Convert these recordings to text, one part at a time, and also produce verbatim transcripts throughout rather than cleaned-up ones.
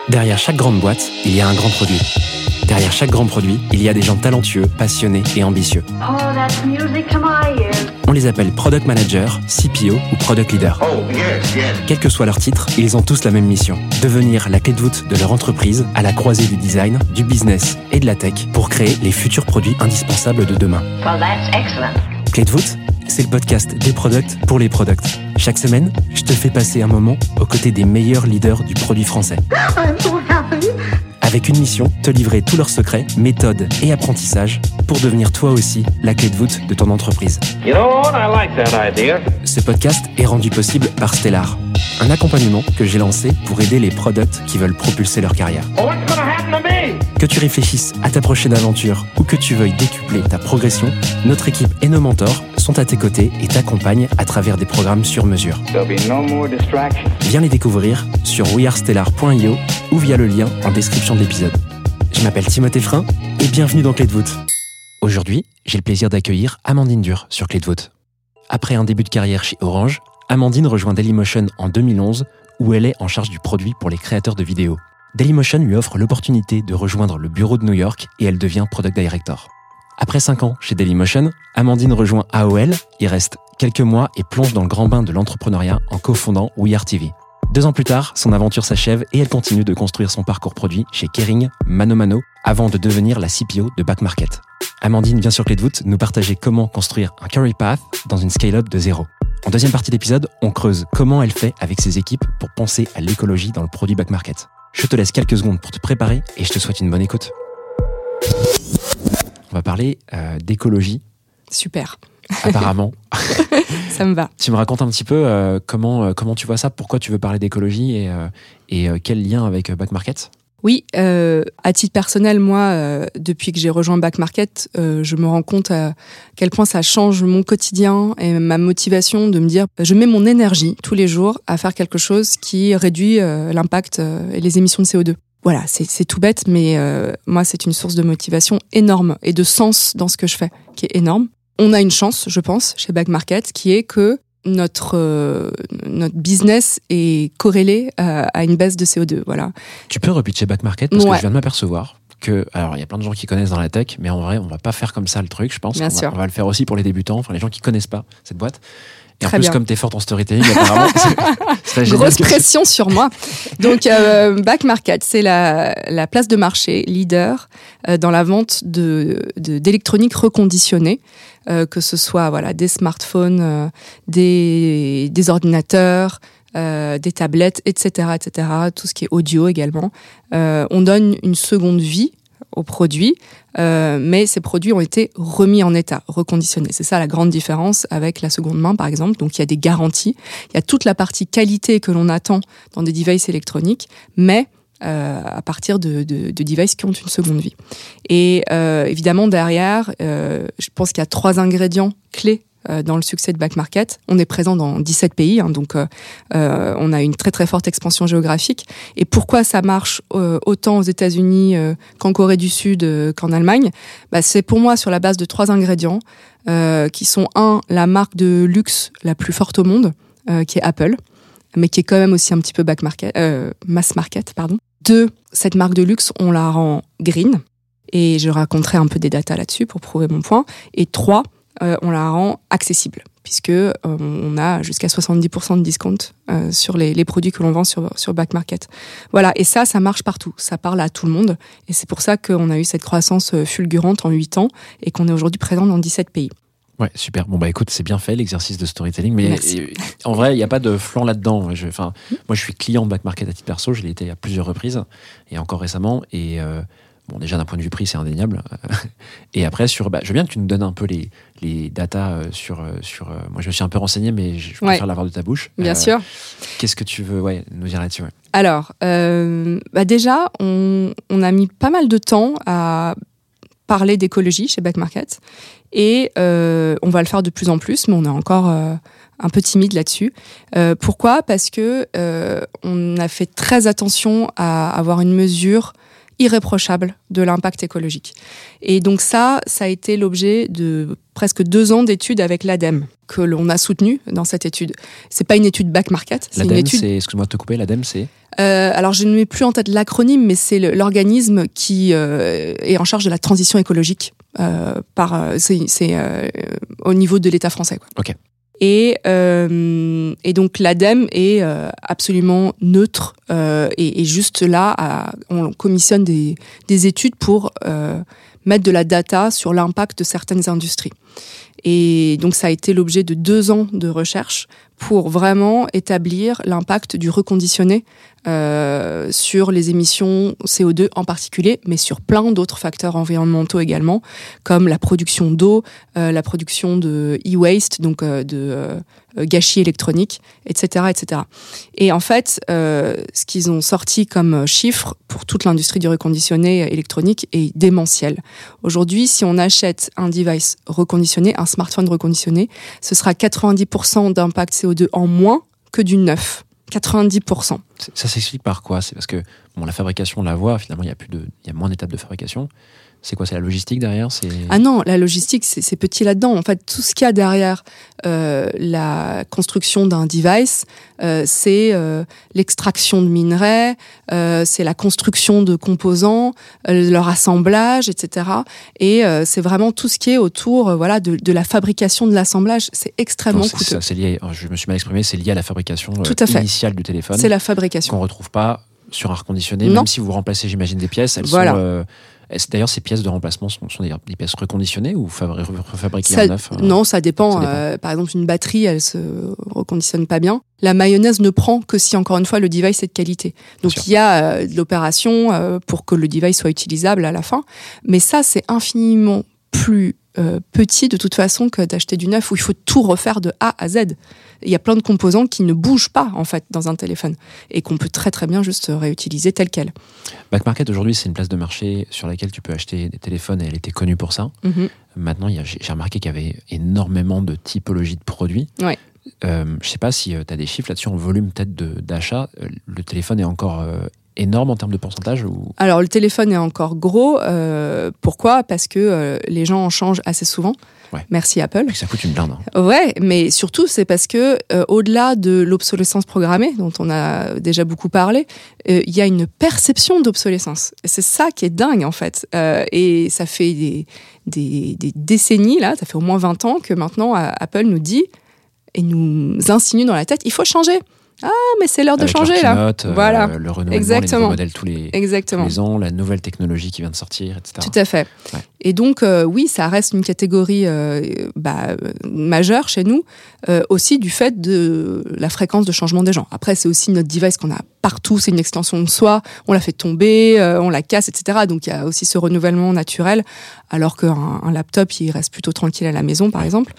Derrière chaque grande boîte, il y a un grand produit. Derrière chaque grand produit, il y a des gens talentueux, passionnés et ambitieux. Oh, that's music to my ears. On les appelle Product Manager, C P O ou Product Leader. Oh, yes, yes. Quel que soit leur titre, ils ont tous la même mission. Devenir la clé de voûte de leur entreprise à la croisée du design, du business et de la tech pour créer les futurs produits indispensables de demain. Well, that's excellent. Clé de voûte, c'est le podcast des products pour les products. Chaque semaine, je te fais passer un moment aux côtés des meilleurs leaders du produit français. I'm so happy. Avec une mission, te livrer tous leurs secrets, méthodes et apprentissages pour devenir toi aussi la clé de voûte de ton entreprise. You know what? I like that idea. Ce podcast est rendu possible par Stellar, un accompagnement que j'ai lancé pour aider les products qui veulent propulser leur carrière. Oh, what's gonna happen to me? Que tu réfléchisses à ta prochaine aventure ou que tu veuilles décupler ta progression, notre équipe et nos mentors sont à tes côtés et t'accompagnent à travers des programmes sur mesure. There'll be no more distractions. Viens les découvrir sur we are stellar point i o ou via le lien en description de l'épisode. Je m'appelle Timothée Frein et bienvenue dans Clé de voûte. Aujourd'hui, j'ai le plaisir d'accueillir Amandine Dur sur Clé de voûte. Après un début de carrière chez Orange, Amandine rejoint Dailymotion en deux mille onze où elle est en charge du produit pour les créateurs de vidéos. Dailymotion lui offre l'opportunité de rejoindre le bureau de New York et elle devient Product Director. Après cinq ans chez Dailymotion, Amandine rejoint A O L, y reste quelques mois et plonge dans le grand bain de l'entrepreneuriat en cofondant We Are T V. Deux ans plus tard, son aventure s'achève et elle continue de construire son parcours produit chez Kering, Mano Mano, avant de devenir la C P O de Back Market. Amandine vient sur Clé de voûte nous partager comment construire un career path dans une scale-up de zéro. En deuxième partie d'épisode, on creuse comment elle fait avec ses équipes pour penser à l'écologie dans le produit Back Market. Je te laisse quelques secondes pour te préparer et je te souhaite une bonne écoute. On va parler euh, d'écologie. Super. Apparemment. Ça me va. Tu me racontes un petit peu euh, comment, euh, comment tu vois ça, pourquoi tu veux parler d'écologie et, euh, et euh, quel lien avec euh, Back Market ? Oui, euh, à titre personnel, moi, euh, depuis que j'ai rejoint Back Market, euh, je me rends compte à quel point ça change mon quotidien et ma motivation de me dire, je mets mon énergie tous les jours à faire quelque chose qui réduit euh, l'impact euh, et les émissions de C O deux. Voilà, c'est, c'est tout bête, mais euh, moi, c'est une source de motivation énorme et de sens dans ce que je fais, qui est énorme. On a une chance, je pense, chez Back Market, qui est que notre euh, notre business est corrélé à, à une baisse de C O deux. Voilà. Tu peux repitcher Back Market parce Ouais. que je viens de m'apercevoir que, alors il y a plein de gens qui connaissent dans la tech, mais en vrai, on va pas faire comme ça le truc. Je pense Bien qu'on va, sûr. on va le faire aussi pour les débutants, enfin les gens qui connaissent pas cette boîte. Et en Très plus, bien. comme t'es forte en storytelling, apparemment, c'est- ce serait génial Grosse que tu- pression sur moi. Donc, euh, Back Market, c'est la, la place de marché leader euh, dans la vente de, de, d'électronique reconditionnée, euh, que ce soit voilà, des smartphones, euh, des, des ordinateurs, euh, des tablettes, et cetera, et cetera, tout ce qui est audio également. Euh, on donne une seconde vie aux produits, euh, mais ces produits ont été remis en état, reconditionnés. C'est ça la grande différence avec la seconde main, par exemple. Donc, il y a des garanties. Il y a toute la partie qualité que l'on attend dans des devices électroniques, mais euh, à partir de, de, de devices qui ont une seconde vie. Et euh, évidemment, derrière, euh, je pense qu'il y a trois ingrédients clés euh, dans le succès de Back Market. On est présent dans dix-sept pays, hein, donc euh, euh, on a une très très forte expansion géographique. Et pourquoi ça marche euh, autant aux États-Unis euh, qu'en Corée du Sud, euh, qu'en Allemagne ? Bah, c'est pour moi sur la base de trois ingrédients euh, qui sont un, la marque de luxe la plus forte au monde, euh, qui est Apple, mais qui est quand même aussi un petit peu back market, euh, mass market, pardon. Deux, cette marque de luxe, on la rend green, et je raconterai un peu des datas là-dessus pour prouver mon point. Et trois, euh, on la rend accessible, puisque euh, on a jusqu'à soixante-dix pour cent de discount euh, sur les, les produits que l'on vend sur, sur Back Market. Voilà, et ça, ça marche partout, ça parle à tout le monde, et c'est pour ça qu'on a eu cette croissance fulgurante en huit ans, et qu'on est aujourd'hui présent dans dix-sept pays. Ouais, super. Bon, bah écoute, c'est bien fait l'exercice de storytelling, mais Merci. euh, en vrai, il n'y a pas de flanc là-dedans. Je, enfin, moi, je suis client de Back Market à titre perso, je l'ai été à plusieurs reprises, et encore récemment, et euh, bon, déjà d'un point de vue prix, c'est indéniable. Et après, sur, bah, je veux bien que tu nous donnes un peu les, les datas euh, sur, euh, sur. euh, moi, je me suis un peu renseigné, mais je préfère Ouais. l'avoir de ta bouche. Bien Euh, sûr. Qu'est-ce que tu veux, ouais, nous dire là-dessus, ouais. Alors, euh, bah déjà, on, on a mis pas mal de temps à parler d'écologie chez Back Market, et euh, on va le faire de plus en plus, mais on est encore euh, un peu timide là-dessus. Euh, pourquoi ? Parce que euh, on a fait très attention à avoir une mesure irréprochable de l'impact écologique. Et donc ça, ça a été l'objet de presque deux ans d'études avec l'ADEME, que l'on a soutenu dans cette étude. C'est pas une étude Back Market, c'est L'ADEME, une étude... c'est, excuse-moi de te couper, l'ADEME, c'est Euh, alors, je ne mets plus en tête l'acronyme, mais c'est le, l'organisme qui euh, est en charge de la transition écologique euh, par, euh, c'est, c'est euh, au niveau de l'État français, quoi. Ok. Et, euh, et donc l'ADEME est euh, absolument neutre euh, et, et juste là, à, on commissionne des, des études pour euh, mettre de la data sur l'impact de certaines industries. Et donc ça a été l'objet de deux ans de recherche pour vraiment établir l'impact du reconditionné euh, sur les émissions C O deux en particulier, mais sur plein d'autres facteurs environnementaux également, comme la production d'eau, euh, la production de e-waste, donc euh, de euh, gâchis électroniques, et cetera, et cetera. Et en fait, euh, ce qu'ils ont sorti comme chiffre pour toute l'industrie du reconditionné électronique est démentiel. Aujourd'hui, si on achète un device reconditionné, un smartphone reconditionné, ce sera quatre-vingt-dix pour cent d'impact C O deux en moins que du neuf. quatre-vingt-dix pour cent. Ça s'explique par quoi? C'est parce que bon, la fabrication, on la voit, finalement, il y a plus de, il y a moins d'étapes de fabrication. C'est quoi? C'est la logistique derrière? C'est... Ah non, la logistique, c'est, c'est petit là-dedans. En fait, tout ce qu'il y a derrière euh, la construction d'un device, euh, c'est euh, l'extraction de minerais, euh, c'est la construction de composants, euh, leur assemblage, et cetera. Et euh, c'est vraiment tout ce qui est autour, euh, voilà, de, de la fabrication de l'assemblage. C'est extrêmement non, c'est, coûteux. ça, c'est lié, je me suis mal exprimé, c'est lié à la fabrication Tout à fait. initiale du téléphone. C'est la fabrication. Qu'on retrouve pas sur un reconditionné, Non. même si vous remplacez, j'imagine, des pièces, elles Voilà. sont... Euh, est-ce, d'ailleurs, ces pièces de remplacement sont, sont des, des pièces reconditionnées ou fabri- refabriquées Ça, en neuf? euh, non, ça dépend. ça dépend. Euh, par exemple, une batterie, elle se reconditionne pas bien. La mayonnaise ne prend que si, encore une fois, le device est de qualité. Donc, Bien sûr. il y a euh, de l'opération euh, pour que le device soit utilisable à la fin. Mais ça, c'est infiniment plus euh, petit, de toute façon, que d'acheter du neuf où il faut tout refaire de A à Z. Il y a plein de composants qui ne bougent pas, en fait, dans un téléphone et qu'on peut très, très bien juste réutiliser tel quel. Back Market, aujourd'hui, c'est une place de marché sur laquelle tu peux acheter des téléphones et elle était connue pour ça. Mm-hmm. Maintenant, il y a, j'ai, j'ai remarqué qu'il y avait énormément de typologies de produits. Ouais. Euh, je ne sais pas si euh, tu as des chiffres là-dessus en volume peut-être de, d'achat. Euh, le téléphone est encore euh, énorme en termes de pourcentage ou... Alors, le téléphone est encore gros. Euh, pourquoi? Parce que euh, les gens en changent assez souvent. Ouais. Merci Apple. Et que ça coûte une blinde. Hein. Ouais, mais surtout, c'est parce que euh, au-delà de l'obsolescence programmée, dont on a déjà beaucoup parlé, il euh, y a une perception d'obsolescence. Et c'est ça qui est dingue, en fait. Euh, et ça fait des, des, des décennies, là, ça fait au moins vingt ans que maintenant, Apple nous dit et nous insinue dans la tête, il faut changer. Ah, mais c'est l'heure de Avec changer, leur là. keynote, euh, Voilà. le renouvellement, Exactement. les nouveaux modèles tous les, Exactement. tous les ans, la nouvelle technologie qui vient de sortir, et cetera. Tout à fait. Ouais. Et donc, euh, oui, ça reste une catégorie euh, bah, euh, majeure chez nous, euh, aussi du fait de la fréquence de changement des gens. Après, c'est aussi notre device qu'on a partout, c'est une extension de soi, on la fait tomber, euh, on la casse, et cetera. Donc, il y a aussi ce renouvellement naturel, alors qu'un un laptop, il reste plutôt tranquille à la maison, par exemple.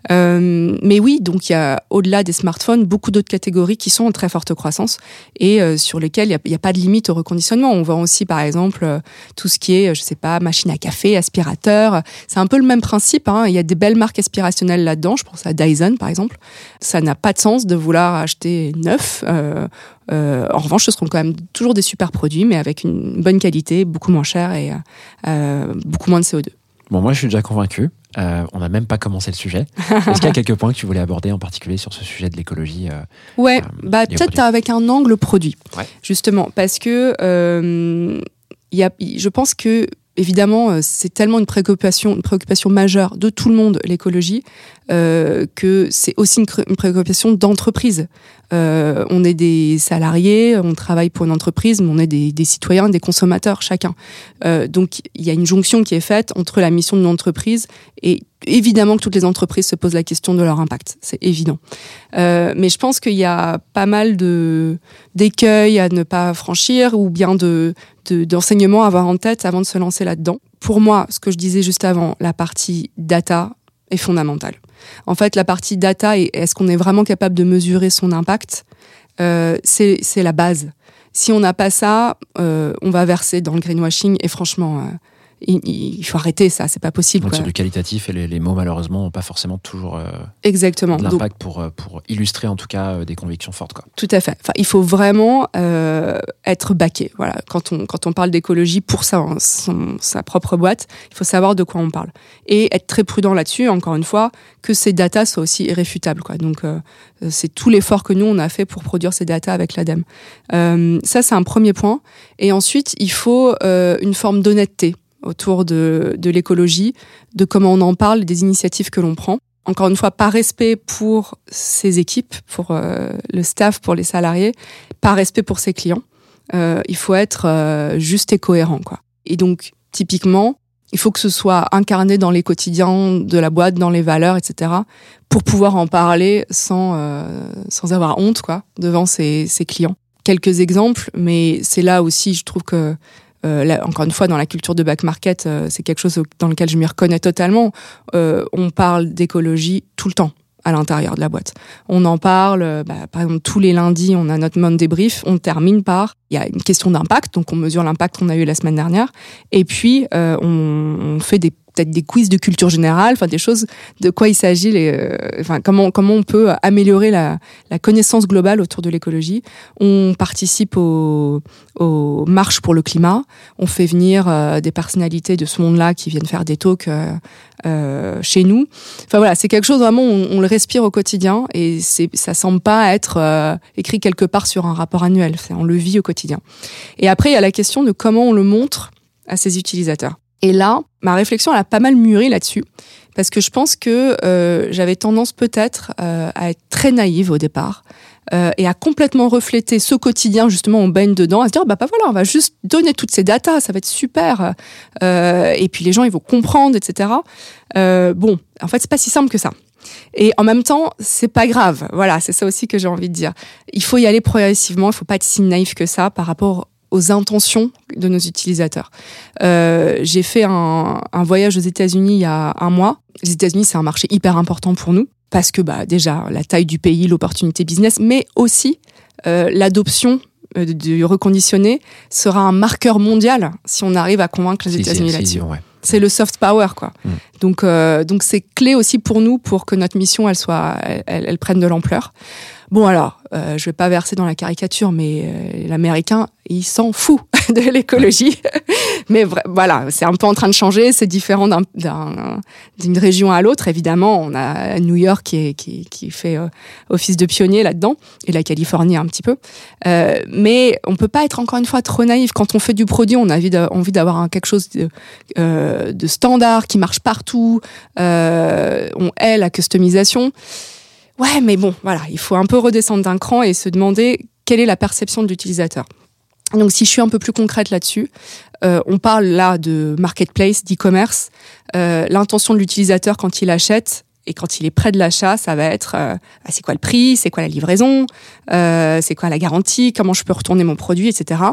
Euh, mais oui, donc il y a, au-delà des smartphones, beaucoup d'autres catégories qui sont en très forte croissance et euh, sur lesquelles il n'y a, a pas de limite au reconditionnement. On vend aussi, par exemple, euh, tout ce qui est, je sais pas, machine à café, aspirateur. C'est un peu le même principe, hein. Il y a des belles marques aspirationnelles là-dedans. Je pense à Dyson, par exemple. Ça n'a pas de sens de vouloir acheter neuf. Euh, euh, en revanche, ce seront quand même toujours des super produits, mais avec une bonne qualité, beaucoup moins cher et euh, beaucoup moins de C O deux. Bon, moi, je suis déjà convaincu. Euh, on n'a même pas commencé le sujet. Est-ce qu'il y a quelques points que tu voulais aborder en particulier sur ce sujet de l'écologie euh, Ouais, euh, bah lié aux peut-être produits avec un angle produit, Ouais. justement, parce que euh, y a, je pense que évidemment, c'est tellement une préoccupation, une préoccupation majeure de tout le monde, l'écologie, euh, que c'est aussi une, une préoccupation d'entreprise. Euh, on est des salariés, on travaille pour une entreprise, mais on est des, des citoyens, des consommateurs, chacun. Euh, donc, il y a une jonction qui est faite entre la mission d'une entreprise et évidemment que toutes les entreprises se posent la question de leur impact, c'est évident. Euh, mais je pense qu'il y a pas mal de, d'écueils à ne pas franchir ou bien de, de, d'enseignements à avoir en tête avant de se lancer là-dedans. Pour moi, ce que je disais juste avant, la partie data est fondamentale. En fait, la partie data et est-ce qu'on est vraiment capable de mesurer son impact, euh, c'est, c'est la base. Si on n'a pas ça, euh, on va verser dans le greenwashing et franchement, euh, il, il faut arrêter ça, c'est pas possible. Donc quoi. sur du qualitatif, et les, les mots malheureusement n'ont pas forcément toujours euh, Exactement. de l'impact Donc, pour, pour illustrer en tout cas euh, des convictions fortes. Quoi. tout à fait. Enfin, il faut vraiment euh, être backé. Voilà. Quand on, quand on parle d'écologie pour sa, son, sa propre boîte, il faut savoir de quoi on parle. Et être très prudent là-dessus, encore une fois, que ces datas soient aussi irréfutables. Quoi. Donc, euh, c'est tout l'effort que nous, on a fait pour produire ces datas avec l'ADEME. Euh, ça, c'est un premier point. Et ensuite, il faut euh, une forme d'honnêteté autour de, de l'écologie, de comment on en parle, des initiatives que l'on prend. Encore une fois, par respect pour ses équipes, pour euh, le staff, pour les salariés, par respect pour ses clients. Euh, il faut être euh, juste et cohérent, quoi. Et donc, typiquement, il faut que ce soit incarné dans les quotidiens de la boîte, dans les valeurs, et cetera, pour pouvoir en parler sans, euh, sans avoir honte, quoi, devant ses, ses clients. Quelques exemples, mais c'est là aussi, je trouve que Euh, là, encore une fois, dans la culture de back market, euh, c'est quelque chose dans lequel je m'y reconnais totalement. Euh, on parle d'écologie tout le temps à l'intérieur de la boîte. On en parle, euh, bah, par exemple, tous les lundis, on a notre Monday brief, on termine par, il y a une question d'impact, donc on mesure l'impact qu'on a eu la semaine dernière, et puis euh, on, on fait des peut-être des quiz de culture générale, enfin des choses de quoi il s'agit, les, euh, enfin comment comment on peut améliorer la, la connaissance globale autour de l'écologie. On participe aux, aux marches pour le climat. On fait venir euh, des personnalités de ce monde-là qui viennent faire des talks euh, euh, chez nous. Enfin voilà, c'est quelque chose vraiment on, on le respire au quotidien et c'est ça semble pas être euh, écrit quelque part sur un rapport annuel. C'est, on le vit au quotidien. Et après il y a la question de comment on le montre à ses utilisateurs. Et là, ma réflexion, elle a pas mal mûri là-dessus, parce que je pense que euh, j'avais tendance peut-être euh, à être très naïve au départ, euh, et à complètement refléter ce quotidien, justement, on baigne dedans, à se dire, bah, bah voilà, on va juste donner toutes ces datas, ça va être super, euh, et puis les gens, ils vont comprendre, et cetera. Euh, bon, en fait, c'est pas si simple que ça. Et en même temps, c'est pas grave. Voilà, c'est ça aussi que j'ai envie de dire. Il faut y aller progressivement, il faut pas être si naïf que ça par rapport aux intentions de nos utilisateurs. Euh, j'ai fait un, un voyage aux États-Unis il y a un mois. Les États-Unis, c'est un marché hyper important pour nous parce que bah déjà la taille du pays, l'opportunité business, mais aussi euh, l'adoption euh, du reconditionné sera un marqueur mondial si on arrive à convaincre les si, États-Unis si, là-dessus. si, ouais. C'est le soft power, quoi. Mm. Donc, euh, donc c'est clé aussi pour nous pour que notre mission, elle soit, elle, elle, elle prenne de l'ampleur. Bon alors, euh, je vais pas verser dans la caricature, mais euh, l'Américain, il s'en fout de l'écologie. Mais vra- voilà, c'est un peu en train de changer. C'est différent d'un, d'un, d'une région à l'autre. Évidemment, on a New York qui, est, qui, qui fait euh, office de pionnier là-dedans, et la Californie un petit peu. Euh, mais on peut pas être encore une fois trop naïf. Quand on fait du produit, on a envie, de, envie d'avoir un, quelque chose de, euh, de standard qui marche partout. Euh, on hait la customisation. Ouais, mais bon, voilà, il faut un peu redescendre d'un cran et se demander quelle est la perception de l'utilisateur. Donc, si je suis un peu plus concrète là-dessus, euh, on parle là de marketplace, d'e-commerce. Euh, l'intention de l'utilisateur quand il achète et quand il est près de l'achat, ça va être euh, ah, c'est quoi le prix, c'est quoi la livraison, euh, c'est quoi la garantie, comment je peux retourner mon produit, et cetera.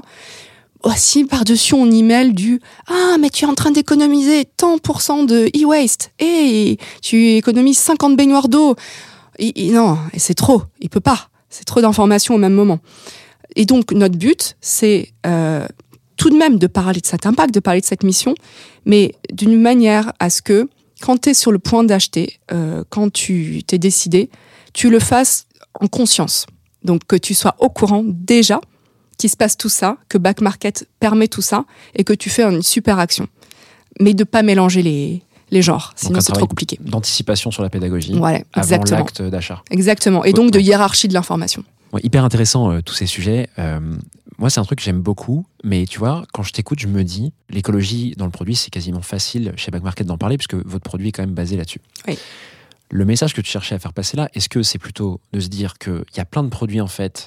Aussi, par-dessus, on y mêle du « Ah, mais tu es en train d'économiser tant pour cent de e-waste. Et tu économises cinquante baignoires d'eau. » Il, il, non, et c'est trop. Il peut pas. C'est trop d'informations au même moment. Et donc, notre but, c'est euh, tout de même de parler de cet impact, de parler de cette mission, mais d'une manière à ce que, quand tu es sur le point d'acheter, euh, quand tu t'es décidé, tu le fasses en conscience. Donc, que tu sois au courant déjà qu'il se passe tout ça, que Back Market permet tout ça, et que tu fais une super action. Mais de pas mélanger les... les genres, sinon c'est trop compliqué. D'anticipation sur la pédagogie ouais, avant exactement. l'acte d'achat. Exactement, et donc de hiérarchie de l'information. Ouais, hyper intéressant euh, tous ces sujets. Euh, moi, c'est un truc que j'aime beaucoup, mais tu vois, quand je t'écoute, je me dis, l'écologie dans le produit, c'est quasiment facile chez Back Market d'en parler, puisque votre produit est quand même basé là-dessus. Oui. Le message que tu cherchais à faire passer là, est-ce que c'est plutôt de se dire qu'il y a plein de produits, en fait,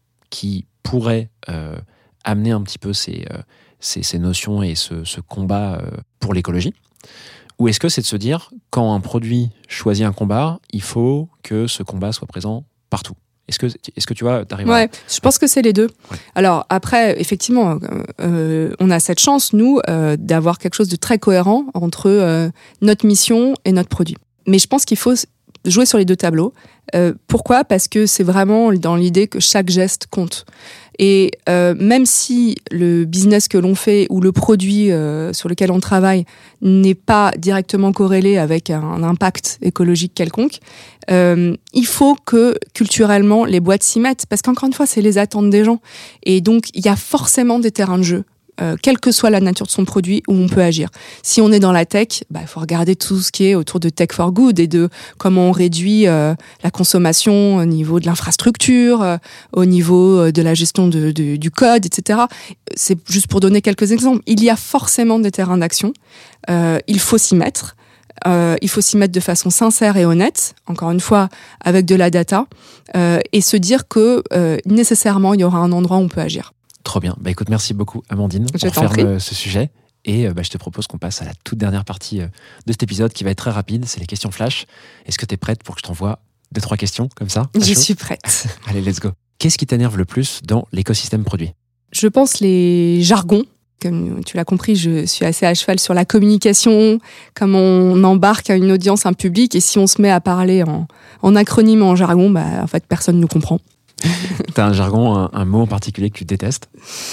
qui pourraient euh, amener un petit peu ces, euh, ces, ces notions et ce, ce combat euh, pour l'écologie ? Ou est-ce que c'est de se dire, quand un produit choisit un combat, il faut que ce combat soit présent partout ? Est-ce que, est-ce que tu vois, t'arrives ouais, à... je pense que c'est les deux. Ouais. Alors après, effectivement, euh, on a cette chance, nous, euh, d'avoir quelque chose de très cohérent entre euh, notre mission et notre produit. Mais je pense qu'il faut jouer sur les deux tableaux. Euh, pourquoi ? Parce que c'est vraiment dans l'idée que chaque geste compte. Et euh, même si le business que l'on fait ou le produit euh, sur lequel on travaille n'est pas directement corrélé avec un, un impact écologique quelconque, euh, il faut que culturellement les boîtes s'y mettent, parce qu'encore une fois, c'est les attentes des gens. Et donc, il y a forcément des terrains de jeu. Euh, quelle que soit la nature de son produit, où on peut agir. Si on est dans la tech, bah, il faut regarder tout ce qui est autour de Tech for Good et de comment on réduit euh, la consommation au niveau de l'infrastructure, euh, au niveau de la gestion de, de, du code, et cetera. C'est juste pour donner quelques exemples. Il y a forcément des terrains d'action. Euh, il faut s'y mettre. Euh, il faut s'y mettre de façon sincère et honnête, encore une fois, avec de la data, euh, et se dire que euh, nécessairement, il y aura un endroit où on peut agir. Trop bien. Bah écoute, merci beaucoup Amandine Je pour t'en faire prie. le- ce sujet. Et euh, bah, je te propose qu'on passe à la toute dernière partie euh, de cet épisode qui va être très rapide. C'est les questions flash. Est-ce que tu es prête pour que je t'envoie deux, trois questions comme ça à Je chaud suis prête. Allez, let's go. Qu'est-ce qui t'énerve le plus dans l'écosystème produit ? Je pense les jargons. Comme tu l'as compris, je suis assez à cheval sur la communication, comme on embarque à une audience, un public, et si on se met à parler en, en acronyme, en jargon, bah, en fait, personne ne nous comprend. T'as un jargon, un, un mot en particulier que tu détestes ?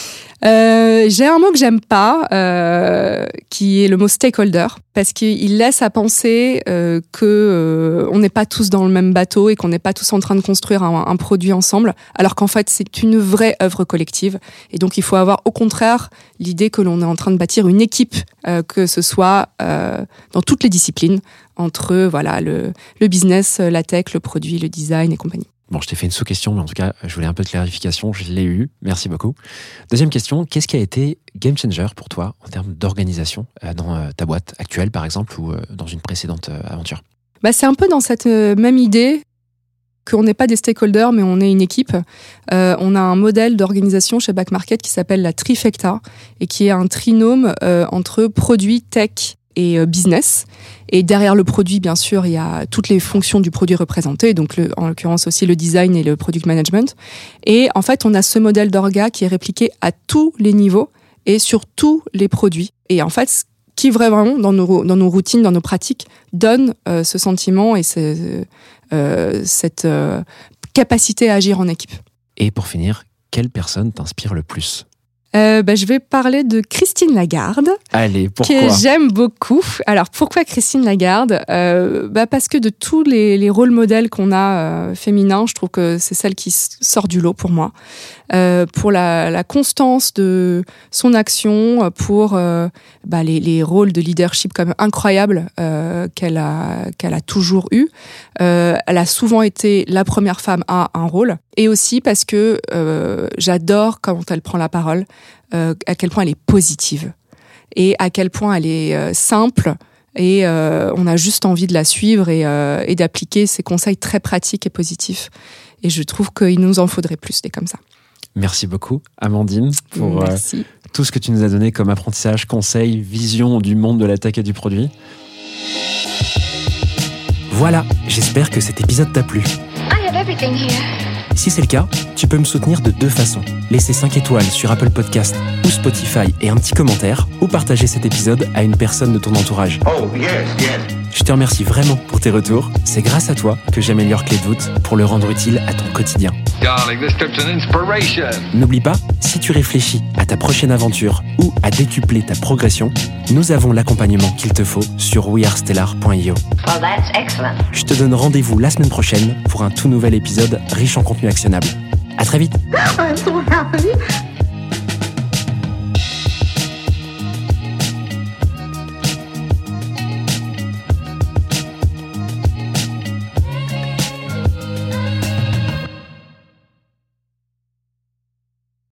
Euh, j'ai un mot que j'aime pas, euh, qui est le mot stakeholder, parce qu'il laisse à penser euh, que euh, on n'est pas tous dans le même bateau et qu'on n'est pas tous en train de construire un, un produit ensemble, alors qu'en fait c'est une vraie œuvre collective. Et donc il faut avoir au contraire l'idée que l'on est en train de bâtir une équipe, euh, que ce soit euh, dans toutes les disciplines, entre voilà le, le business, la tech, le produit, le design et compagnie. Bon, je t'ai fait une sous-question, mais en tout cas, je voulais un peu de clarification. Je l'ai eu. Merci beaucoup. Deuxième question, qu'est-ce qui a été game changer pour toi en termes d'organisation euh, dans euh, ta boîte actuelle, par exemple, ou euh, dans une précédente euh, aventure ? Bah, c'est un peu dans cette euh, même idée qu'on n'est pas des stakeholders, mais on est une équipe. Euh, on a un modèle d'organisation chez Back Market qui s'appelle la trifecta et qui est un trinôme euh, entre produit, tech et euh, business. Et derrière le produit, bien sûr, il y a toutes les fonctions du produit représentées, donc le, en l'occurrence aussi le design et le product management. Et en fait, on a ce modèle d'orga qui est répliqué à tous les niveaux et sur tous les produits. Et en fait, qui vraiment, dans nos, dans nos routines, dans nos pratiques, donne euh, ce sentiment et ce, euh, cette euh, capacité à agir en équipe. Et pour finir, quelle personne t'inspire le plus ? Euh, bah, je vais parler de Christine Lagarde, Allez, pourquoi ? que j'aime beaucoup. Alors, pourquoi Christine Lagarde ? euh, bah Parce que de tous les, les rôles modèles qu'on a euh, féminins, je trouve que c'est celle qui sort du lot pour moi. Euh, pour la, la constance de son action, pour euh, bah, les, les rôles de leadership comme incroyables euh, qu'elle a, qu'elle a toujours eu. Euh, elle a souvent été la première femme à un rôle. Et aussi parce que euh, j'adore quand elle prend la parole, euh, à quel point elle est positive et à quel point elle est euh, simple et euh, on a juste envie de la suivre et, euh, et d'appliquer ses conseils très pratiques et positifs. Et je trouve qu'il nous en faudrait plus des comme ça. Merci beaucoup, Amandine, pour euh, Merci. tout ce que tu nous as donné comme apprentissage, conseils, vision du monde de la tech et du produit. Voilà, j'espère que cet épisode t'a plu. I have everything here. Si c'est le cas, tu peux me soutenir de deux façons. Laisser cinq étoiles sur Apple Podcast ou Spotify et un petit commentaire, ou partager cet épisode à une personne de ton entourage. Oh, yes, yes. Je te remercie vraiment pour tes retours. C'est grâce à toi que j'améliore Clé de voûte pour le rendre utile à ton quotidien. Darling, this trip's an inspiration. N'oublie pas, si tu réfléchis à ta prochaine aventure ou à décupler ta progression, nous avons l'accompagnement qu'il te faut sur we are stellar point io. Well, that's excellent. Je te donne rendez-vous la semaine prochaine pour un tout nouvel épisode riche en contenu actionnable. À très vite. I'm so happy.